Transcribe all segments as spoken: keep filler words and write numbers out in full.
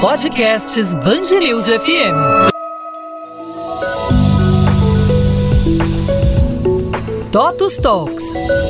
Podcasts Band News F M. TOTUS Talks.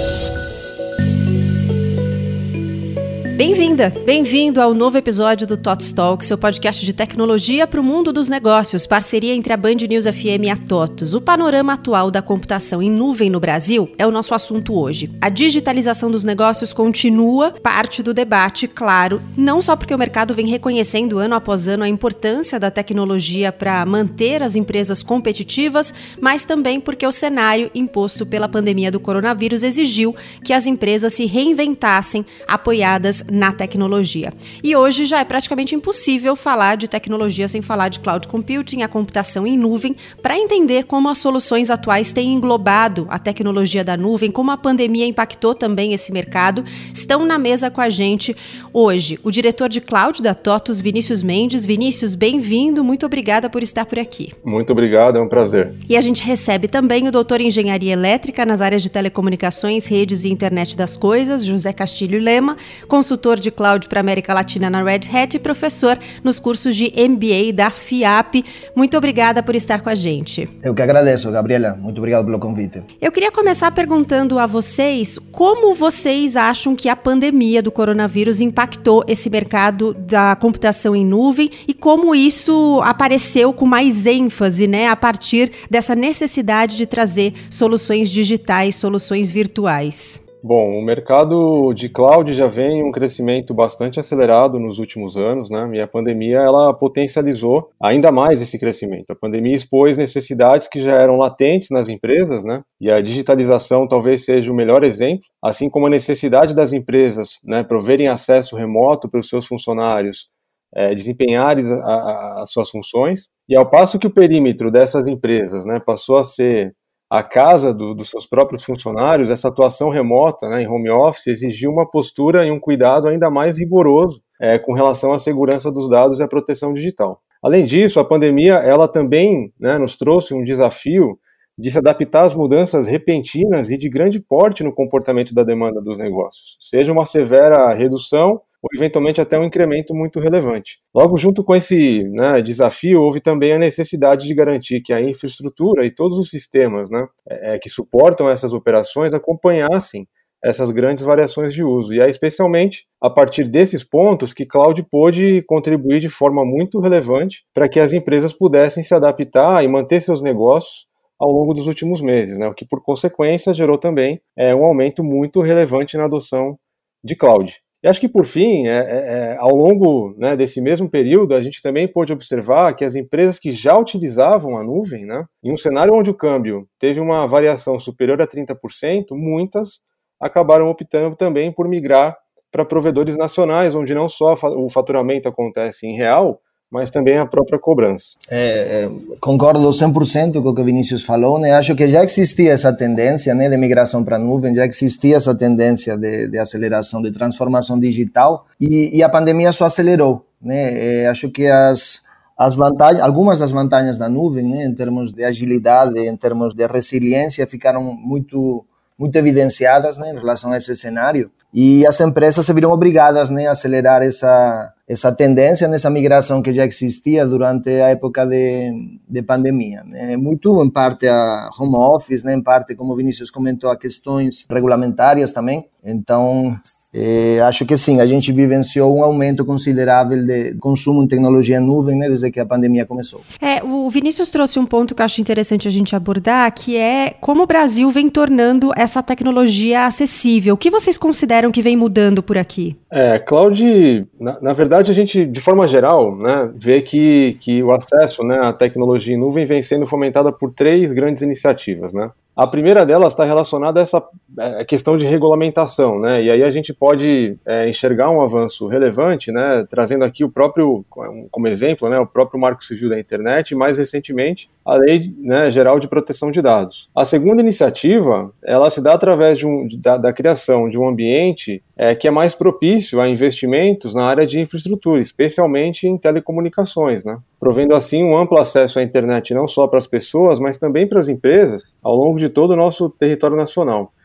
Bem-vinda, bem-vindo ao novo episódio do TOTUS Talks, seu podcast de tecnologia para o mundo dos negócios, parceria entre a Band News F M e a TOTUS. O panorama atual da computação em nuvem no Brasil é o nosso assunto hoje. A digitalização dos negócios continua parte do debate, claro, não só porque o mercado vem reconhecendo ano após ano a importância da tecnologia para manter as empresas competitivas, mas também porque o cenário imposto pela pandemia do coronavírus exigiu que as empresas se reinventassem apoiadas na tecnologia. E hoje já é praticamente impossível falar de tecnologia sem falar de cloud computing, a computação em nuvem, para entender como as soluções atuais têm englobado a tecnologia da nuvem, como a pandemia impactou também esse mercado. Estão na mesa com a gente hoje o diretor de cloud da TOTUS, Vinícius Mendes. Vinícius, bem-vindo, muito obrigada por estar por aqui. Muito obrigado, é um prazer. E a gente recebe também o doutor em Engenharia Elétrica nas áreas de telecomunicações, redes e internet das coisas, José Castilho Lema, consultor de cloud para a América Latina na Red Hat e professor nos cursos de M B A da FIAP. Muito obrigada por estar com a gente. Eu que agradeço, Gabriela. Muito obrigado pelo convite. Eu queria começar perguntando a vocês como vocês acham que a pandemia do coronavírus impactou esse mercado da computação em nuvem e como isso apareceu com mais ênfase, né, a partir dessa necessidade de trazer soluções digitais, soluções virtuais. Bom, o mercado de cloud já vem um crescimento bastante acelerado nos últimos anos, né? E a pandemia ela potencializou ainda mais esse crescimento. A pandemia expôs necessidades que já eram latentes nas empresas, né? E a digitalização talvez seja o melhor exemplo, assim como a necessidade das empresas, né, proverem acesso remoto para os seus funcionários, é, desempenharem a, a, as suas funções. E ao passo que o perímetro dessas empresas, né, passou a ser a casa do, dos seus próprios funcionários, essa atuação remota, né, em home office exigiu uma postura e um cuidado ainda mais rigoroso é, com relação à segurança dos dados e à proteção digital. Além disso, a pandemia ela também, né, nos trouxe um desafio de se adaptar às mudanças repentinas e de grande porte no comportamento da demanda dos negócios, seja uma severa redução ou eventualmente até um incremento muito relevante. Logo, junto com esse, né, desafio, houve também a necessidade de garantir que a infraestrutura e todos os sistemas, né, é, que suportam essas operações acompanhassem essas grandes variações de uso. E é especialmente a partir desses pontos que cloud pôde contribuir de forma muito relevante para que as empresas pudessem se adaptar e manter seus negócios ao longo dos últimos meses, né, o que por consequência gerou também é, um aumento muito relevante na adoção de cloud. E acho que, por fim, é, é, ao longo, né, desse mesmo período, a gente também pôde observar que as empresas que já utilizavam a nuvem, né, em um cenário onde o câmbio teve uma variação superior a trinta por cento, muitas acabaram optando também por migrar para provedores nacionais, onde não só o faturamento acontece em real, mas também a própria cobrança. É, é, concordo cem por cento com o que o Vinícius falou, né? Acho que já existia essa tendência, né, de migração para a nuvem, já existia essa tendência de, de aceleração, de transformação digital, e, e a pandemia só acelerou, né? É, acho que as, as vantagens, algumas das vantagens da nuvem, né, em termos de agilidade, em termos de resiliência, ficaram muito, muito evidenciadas, né, em relação a esse cenário, e as empresas se viram obrigadas, né, a acelerar essa essa tendência nessa migração que já existia durante a época de, de pandemia, né? Muito em parte a home office, né? Em parte, como o Vinícius comentou, a questões regulamentárias também. Então, eh, acho que sim, a gente vivenciou um aumento considerável de consumo em tecnologia em nuvem, né, desde que a pandemia começou. É, o Vinícius trouxe um ponto que eu acho interessante a gente abordar, que é como o Brasil vem tornando essa tecnologia acessível. O que vocês consideram que vem mudando por aqui? É, cloud, na, na verdade, a gente, de forma geral, né, vê que, que o acesso, né, à tecnologia em nuvem vem sendo fomentada por três grandes iniciativas, né? A primeira delas está relacionada a essa a questão de regulamentação, né? E aí a gente pode é, enxergar um avanço relevante, né? Trazendo aqui o próprio, como exemplo, né, o próprio Marco Civil da Internet e, mais recentemente, a Lei, né, Geral de Proteção de Dados. A segunda iniciativa, ela se dá através de um, da, da criação de um ambiente é, que é mais propício a investimentos na área de infraestrutura, especialmente em telecomunicações, né? Provendo assim um amplo acesso à internet não só para as pessoas, mas também para as empresas ao longo de todo o nosso território nacional.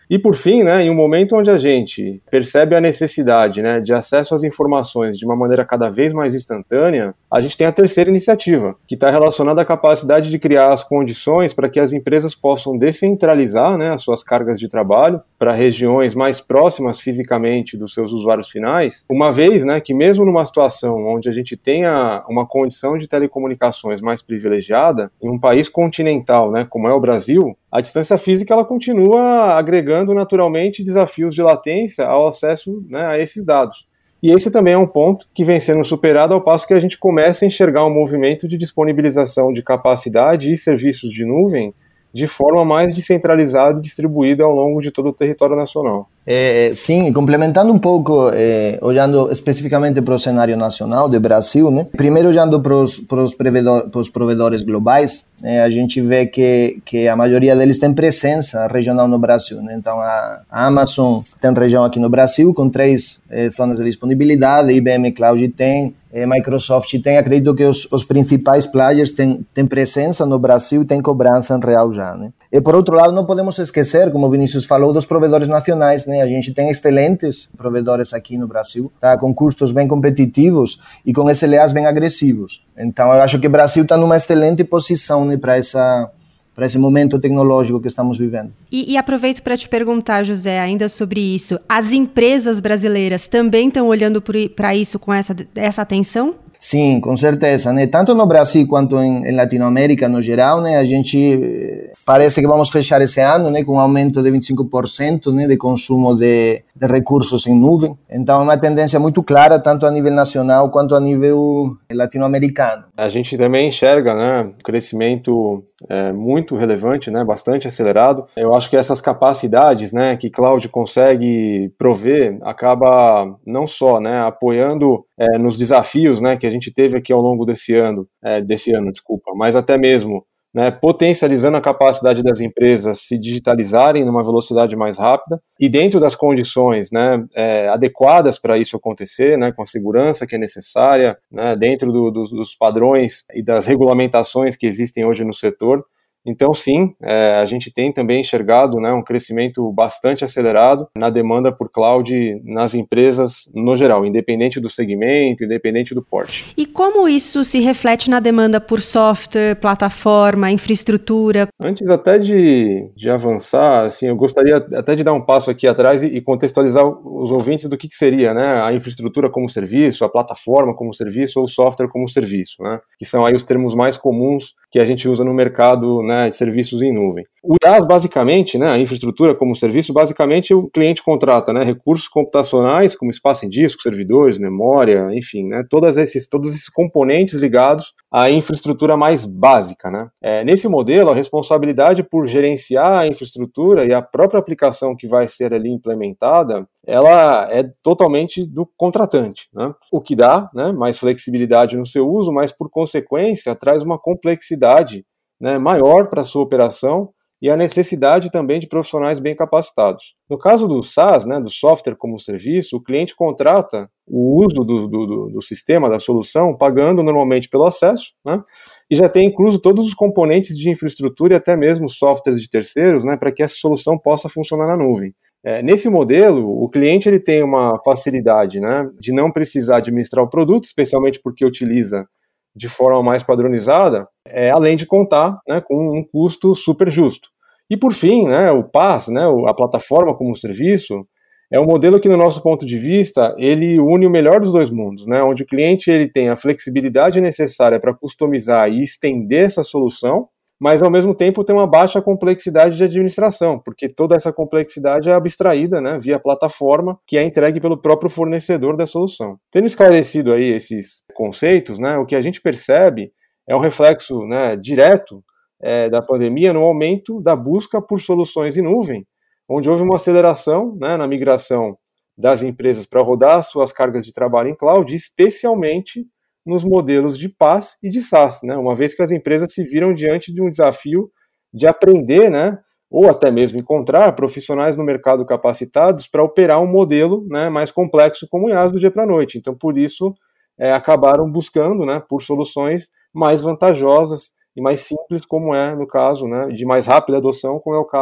E por fim, né, em um momento onde a gente percebe a necessidade, né, de acesso às informações de uma maneira cada vez mais instantânea, a gente tem a terceira iniciativa, que está relacionada à capacidade de criar as condições para que as empresas possam descentralizar, né, as suas cargas de trabalho para regiões mais próximas fisicamente dos seus usuários finais, uma vez, né, que mesmo numa situação onde a gente tenha uma condição de telecomunicações mais privilegiada, em um país continental, né, como é o Brasil, a distância física ela continua agregando naturalmente desafios de latência ao acesso, né, a esses dados. E esse também é um ponto que vem sendo superado ao passo que a gente começa a enxergar um movimento de disponibilização de capacidade e serviços de nuvem de forma mais descentralizada e distribuída ao longo de todo o território nacional. É, sim, complementando um pouco, é, olhando especificamente para o cenário nacional do Brasil, né? Primeiro olhando para os provedor, provedores globais, né? A gente vê que, que a maioria deles tem presença regional no Brasil, né? Então a, a Amazon tem região aqui no Brasil com três é, zonas de disponibilidade, I B M Cloud tem, é, Microsoft tem, acredito que os, os principais players têm, têm presença no Brasil e têm cobrança em real já, né? E por outro lado, não podemos esquecer, como o Vinícius falou, dos provedores nacionais, né? A gente tem excelentes provedores aqui no Brasil, tá? Com custos bem competitivos e com S L As bem agressivos. Então, eu acho que o Brasil está numa excelente posição, né, para essa para esse momento tecnológico que estamos vivendo. E, e aproveito para te perguntar, José, ainda sobre isso. As empresas brasileiras também estão olhando para isso com essa, essa atenção? Sim, com certeza, né? Tanto no Brasil quanto em, em Latinoamérica no geral, né? A gente parece que vamos fechar esse ano, né, com um aumento de vinte e cinco por cento, né, de consumo de, de recursos em nuvem. Então é uma tendência muito clara, tanto a nível nacional quanto a nível latino-americano. A gente também enxerga, né, um crescimento é, muito relevante, né, bastante acelerado. Eu acho que essas capacidades, né, que cloud consegue prover, acaba não só, né, apoiando é, nos desafios, né, que a gente teve aqui ao longo desse ano, é, desse ano, desculpa, mas até mesmo, né, potencializando a capacidade das empresas se digitalizarem numa velocidade mais rápida e dentro das condições, né, é, adequadas para isso acontecer, né, com a segurança que é necessária, né, dentro do, do, dos padrões e das regulamentações que existem hoje no setor. Então, sim, é, a gente tem também enxergado, né, um crescimento bastante acelerado na demanda por cloud nas empresas no geral, independente do segmento, independente do porte. E como isso se reflete na demanda por software, plataforma, infraestrutura? Antes até de, de avançar, assim, eu gostaria até de dar um passo aqui atrás e, e contextualizar os ouvintes do que, que seria, né, a infraestrutura como serviço, a plataforma como serviço ou o software como serviço, né, que são aí os termos mais comuns que a gente usa no mercado, né, de serviços em nuvem. O IaaS, basicamente, né, a infraestrutura como serviço, basicamente o cliente contrata, né, recursos computacionais como espaço em disco, servidores, memória, enfim, né, todos esses, todos esses componentes ligados à infraestrutura mais básica, né. É, nesse modelo, a responsabilidade por gerenciar a infraestrutura e a própria aplicação que vai ser ali implementada, ela é totalmente do contratante, né, o que dá, né, mais flexibilidade no seu uso, mas por consequência traz uma complexidade, né, maior para a sua operação e a necessidade também de profissionais bem capacitados. No caso do SaaS, né, do software como serviço, o cliente contrata o uso do, do, do sistema, da solução, pagando normalmente pelo acesso, né, e já tem incluso todos os componentes de infraestrutura e até mesmo softwares de terceiros, né, para que essa solução possa funcionar na nuvem. É, nesse modelo, o cliente ele tem uma facilidade, né, de não precisar administrar o produto, especialmente porque utiliza de forma mais padronizada, é, além de contar, né, com um custo super justo. E por fim, né, o PaaS, né, a plataforma como serviço, é um modelo que, no nosso ponto de vista, ele une o melhor dos dois mundos, né, onde o cliente ele tem a flexibilidade necessária para customizar e estender essa solução, mas ao mesmo tempo tem uma baixa complexidade de administração, porque toda essa complexidade é abstraída, né, via plataforma que é entregue pelo próprio fornecedor da solução. Tendo esclarecido aí esses conceitos, né, o que a gente percebe é um reflexo, né, direto é, da pandemia no aumento da busca por soluções em nuvem, onde houve uma aceleração, né, na migração das empresas para rodar suas cargas de trabalho em cloud, especialmente nos modelos de PaaS e de SaaS, né? Uma vez que as empresas se viram diante de um desafio de aprender, né, ou até mesmo encontrar profissionais no mercado capacitados para operar um modelo, né, mais complexo como o IaaS do dia para a noite. Então, por isso, é, acabaram buscando, né, por soluções mais vantajosas e mais simples, como é no caso, né, de mais rápida adoção, como é o caso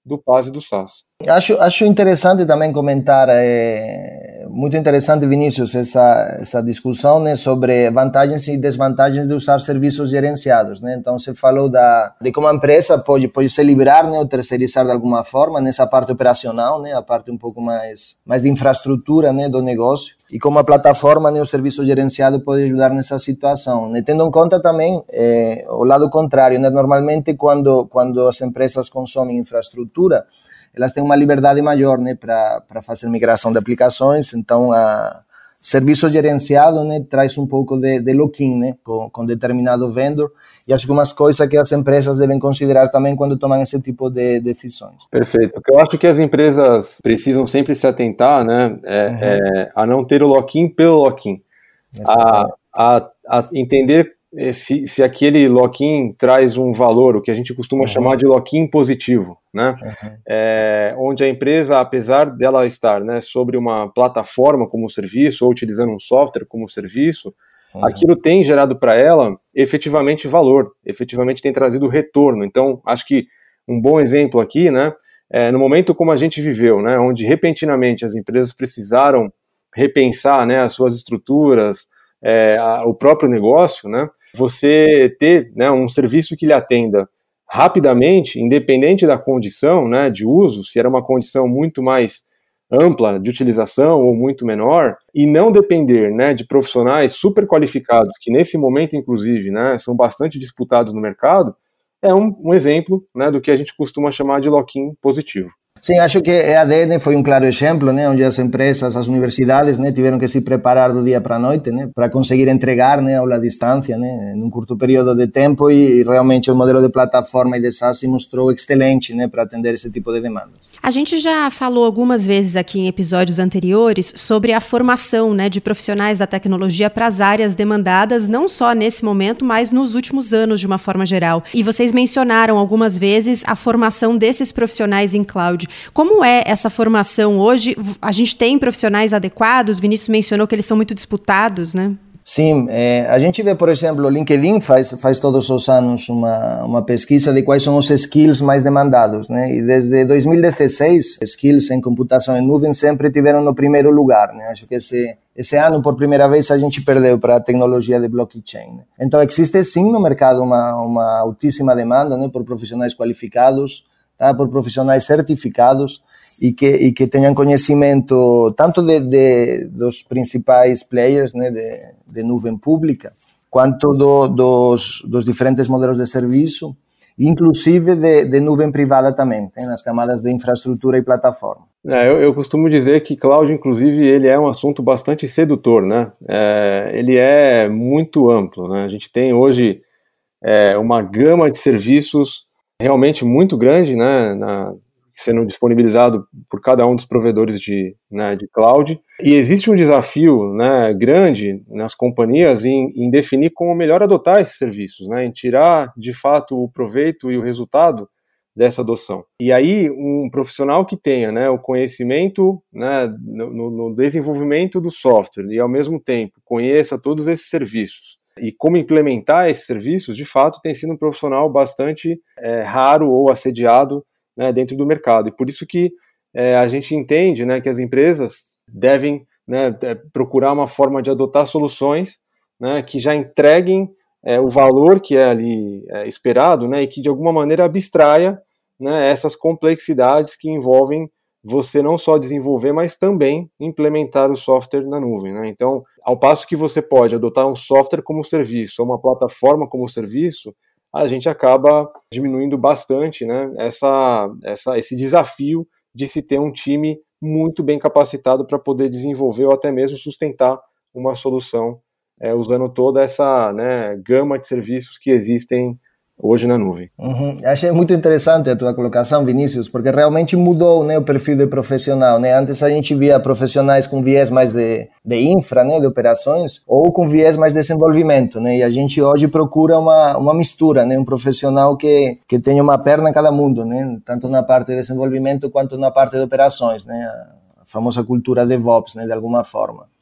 do PaaS e do SaaS. Acho, acho interessante também comentar, é, muito interessante, Vinícius, essa, essa discussão, né, sobre vantagens e desvantagens de usar serviços gerenciados, né? Então, você falou da, de como a empresa pode, pode se livrar, né, ou terceirizar de alguma forma nessa parte operacional, né, a parte um pouco mais, mais de infraestrutura, né, do negócio, e como a plataforma, né, o serviço gerenciado pode ajudar nessa situação, né? Tendo em conta também é, o lado contrário, né? Normalmente quando, quando as empresas consomem infraestrutura, elas têm uma liberdade maior, né, para fazer migração de aplicações, então a serviço gerenciado, né, traz um pouco de, de lock-in, né, com, com determinado vendor, e acho que umas coisas que as empresas devem considerar também quando tomam esse tipo de decisões. Perfeito. Eu acho que as empresas precisam sempre se atentar, né, é, uhum. é, a não ter o lock-in pelo lock-in, a, a, a entender Se, se aquele lock-in traz um valor, o que a gente costuma uhum. chamar de lock-in positivo, né? Uhum. É, onde a empresa, apesar dela estar, né, sobre uma plataforma como serviço ou utilizando um software como serviço, uhum. aquilo tem gerado para ela efetivamente valor, efetivamente tem trazido retorno. Então, acho que um bom exemplo aqui, né, é, no momento como a gente viveu, né, onde repentinamente as empresas precisaram repensar, né, as suas estruturas, é, a, o próprio negócio, né, você ter, né, um serviço que lhe atenda rapidamente, independente da condição, né, de uso, se era uma condição muito mais ampla de utilização ou muito menor, e não depender, né, de profissionais super qualificados, que nesse momento, inclusive, né, são bastante disputados no mercado, é um, um exemplo, né, do que a gente costuma chamar de lock-in positivo. Sim, acho que E A D, né, foi um claro exemplo, né, onde as empresas, as universidades, né, tiveram que se preparar do dia para a noite, né, para conseguir entregar, né, aula à distância, né, em um curto período de tempo, e realmente o modelo de plataforma e de SaaS se mostrou excelente, né, para atender esse tipo de demandas. A gente já falou algumas vezes aqui em episódios anteriores sobre a formação, né, de profissionais da tecnologia para as áreas demandadas, não só nesse momento, mas nos últimos anos de uma forma geral. E vocês mencionaram algumas vezes a formação desses profissionais em cloud. Como é essa formação hoje? A gente tem profissionais adequados? Vinícius mencionou que eles são muito disputados, né? Sim, é, a gente vê, por exemplo, o LinkedIn faz, faz todos os anos uma, uma pesquisa de quais são os skills mais demandados, né? E desde dois mil e dezesseis, skills em computação em nuvem sempre tiveram no primeiro lugar, né? Acho que esse, esse ano, por primeira vez, a gente perdeu para a tecnologia de blockchain, né? Então, existe sim no mercado uma, uma altíssima demanda, né, por profissionais qualificados, tá, por profissionais certificados e que, e que tenham conhecimento tanto de, de, dos principais players, né, de, de nuvem pública, quanto do, dos, dos diferentes modelos de serviço, inclusive de, de nuvem privada também, né, nas camadas de infraestrutura e plataforma. É, eu, eu costumo dizer que cloud, inclusive, ele é um assunto bastante sedutor, né? É, ele é muito amplo, né? A gente tem hoje é, uma gama de serviços realmente muito grande, né, na, sendo disponibilizado por cada um dos provedores de, né, de cloud, e existe um desafio, né, grande nas companhias em, em definir como melhor adotar esses serviços, né, em tirar de fato o proveito e o resultado dessa adoção. E aí um profissional que tenha, né, o conhecimento, né, no, no desenvolvimento do software e ao mesmo tempo conheça todos esses serviços e como implementar esses serviços, de fato, tem sido um profissional bastante é, raro ou assediado, né, dentro do mercado. E por isso que é, a gente entende, né, que as empresas devem, né, procurar uma forma de adotar soluções, né, que já entreguem é, o valor que é ali é, esperado, né, e que de alguma maneira abstraia, né, essas complexidades que envolvem você não só desenvolver, mas também implementar o software na nuvem, né? Então, ao passo que você pode adotar um software como serviço, ou uma plataforma como serviço, a gente acaba diminuindo bastante, né, essa, essa, esse desafio de se ter um time muito bem capacitado para poder desenvolver ou até mesmo sustentar uma solução é, usando toda essa, né, gama de serviços que existem hoje na nuvem. Uhum. Achei muito interessante a tua colocação, Vinícius, porque realmente mudou, né, o perfil de profissional, né? Antes a gente via profissionais com viés mais de, de infra, né, de operações, ou com viés mais de desenvolvimento, né? E a gente hoje procura uma, uma mistura, né? Um profissional que, que tenha uma perna em cada mundo, né? Tanto na parte de desenvolvimento quanto na parte de operações, né? A famosa cultura DevOps, né, de alguma forma.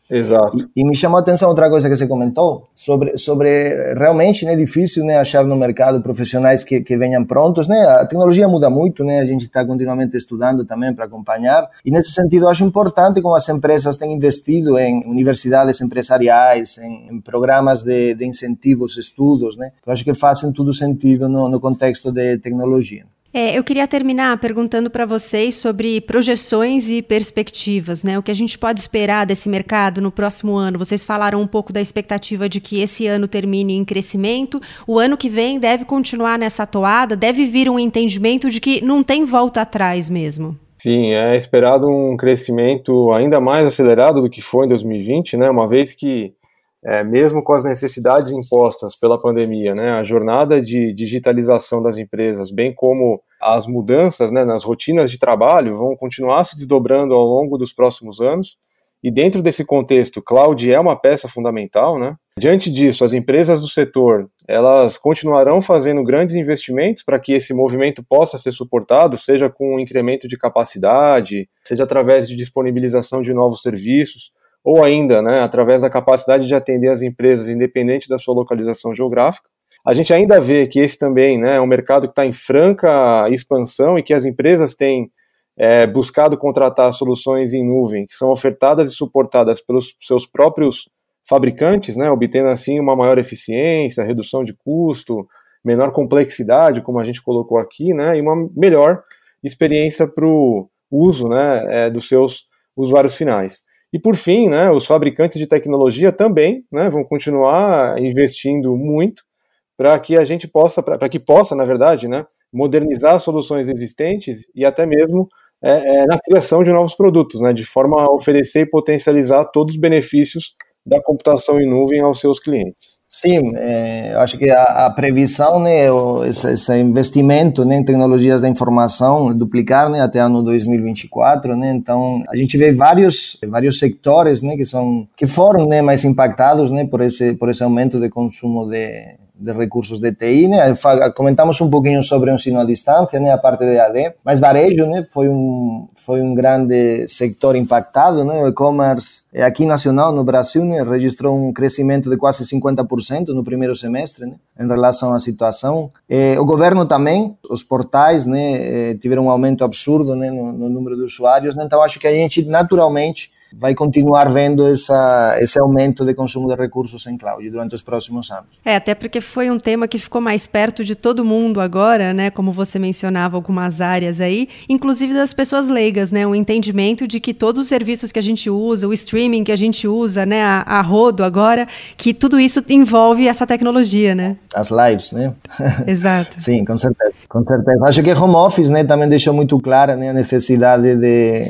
Exato. E, e me chamou a atenção outra coisa que você comentou, sobre, sobre realmente, né, difícil, né, achar no mercado profissionais que, que venham prontos, né, a tecnologia muda muito, né, a gente está continuamente estudando também para acompanhar, e nesse sentido eu acho importante como as empresas têm investido em universidades empresariais, em, em programas de, de incentivos, estudos, né, eu acho que fazem todo sentido no, no contexto de tecnologia. É, eu queria terminar perguntando para vocês sobre projeções e perspectivas, né? O que a gente pode esperar desse mercado no próximo ano? Vocês falaram um pouco da expectativa de que esse ano termine em crescimento. O ano que vem deve continuar nessa toada? Deve vir um entendimento de que não tem volta atrás mesmo? Sim, é esperado um crescimento ainda mais acelerado do que foi em dois mil e vinte, né? Uma vez que É, mesmo com as necessidades impostas pela pandemia, né, a jornada de digitalização das empresas, bem como as mudanças, né, nas rotinas de trabalho, vão continuar se desdobrando ao longo dos próximos anos, e dentro desse contexto, cloud é uma peça fundamental, né? Diante disso, as empresas do setor, elas continuarão fazendo grandes investimentos para que esse movimento possa ser suportado, seja com um incremento de capacidade, seja através de disponibilização de novos serviços, ou ainda, né, através da capacidade de atender as empresas independente da sua localização geográfica. A gente ainda vê que esse também, né, é um mercado que está em franca expansão e que as empresas têm é, buscado contratar soluções em nuvem que são ofertadas e suportadas pelos seus próprios fabricantes, né, obtendo assim uma maior eficiência, redução de custo, menor complexidade, como a gente colocou aqui, né, e uma melhor experiência para o uso, né, é, dos seus usuários finais. E por fim, né, os fabricantes de tecnologia também, né, vão continuar investindo muito para que a gente possa, para que possa, na verdade, né, modernizar soluções existentes e até mesmo é, é, na criação de novos produtos, né, de forma a oferecer e potencializar todos os benefícios da computação em nuvem aos seus clientes. Sim, é, eu acho que a, a previsão, né, o, esse, esse investimento, né, em tecnologias da informação, duplicar, né, até ano dois mil e vinte e quatro, né, então a gente vê vários, vários sectores, né, que são, que foram, né, mais impactados, né, por esse, por esse aumento de consumo de de recursos de T I, né? Comentamos um pouquinho sobre o ensino à distância, né? A parte de A D, mas varejo, né? Foi um foi um grande setor impactado, né? O e-commerce aqui nacional no Brasil, né? Registrou um crescimento de quase cinquenta por cento no primeiro semestre, né? Em relação à situação. Eh, o governo também, os portais, né? Eh, tiveram um aumento absurdo, né? No, no número de usuários, né? Então acho que a gente naturalmente vai continuar vendo essa, esse aumento de consumo de recursos em cloud durante os próximos anos. É, até porque foi um tema que ficou mais perto de todo mundo agora, né? Como você mencionava algumas áreas aí, inclusive das pessoas leigas, né? Um entendimento de que todos os serviços que a gente usa, o streaming que a gente usa, né? A, a rodo agora, que tudo isso envolve essa tecnologia, né? As lives, né? Exato. Sim, com certeza, com certeza. Acho que home office, né? Também deixou muito clara, né? A necessidade de,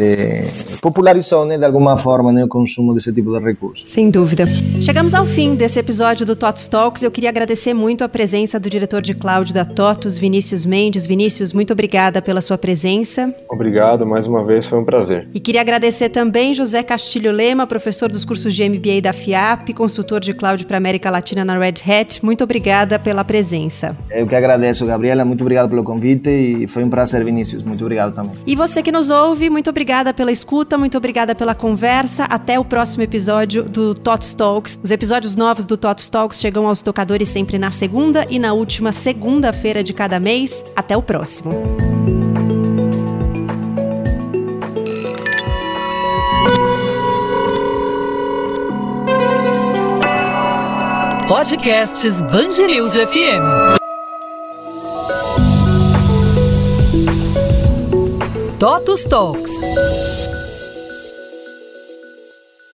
de popularizar, né, de alguma forma, né, o consumo desse tipo de recursos. Sem dúvida. Chegamos ao fim desse episódio do TOTOS Talks. Eu queria agradecer muito a presença do diretor de cloud da TOTOS, Vinícius Mendes. Vinícius, muito obrigada pela sua presença. Obrigado, mais uma vez, foi um prazer. E queria agradecer também José Castilho Lema, professor dos cursos de M B A da FIAP, consultor de cloud para a América Latina na Red Hat. Muito obrigada pela presença. Eu que agradeço, Gabriela. Muito obrigado pelo convite e foi um prazer, Vinícius. Muito obrigado também. E você que nos ouve, muito obrigada pela escuta, muito obrigada pela conversa. Até o próximo episódio do TOTOS Talks. Os episódios novos do TOTOS Talks chegam aos tocadores sempre na segunda e na última segunda-feira de cada mês. Até o próximo. Podcasts Band News F M. TOTOS Talks.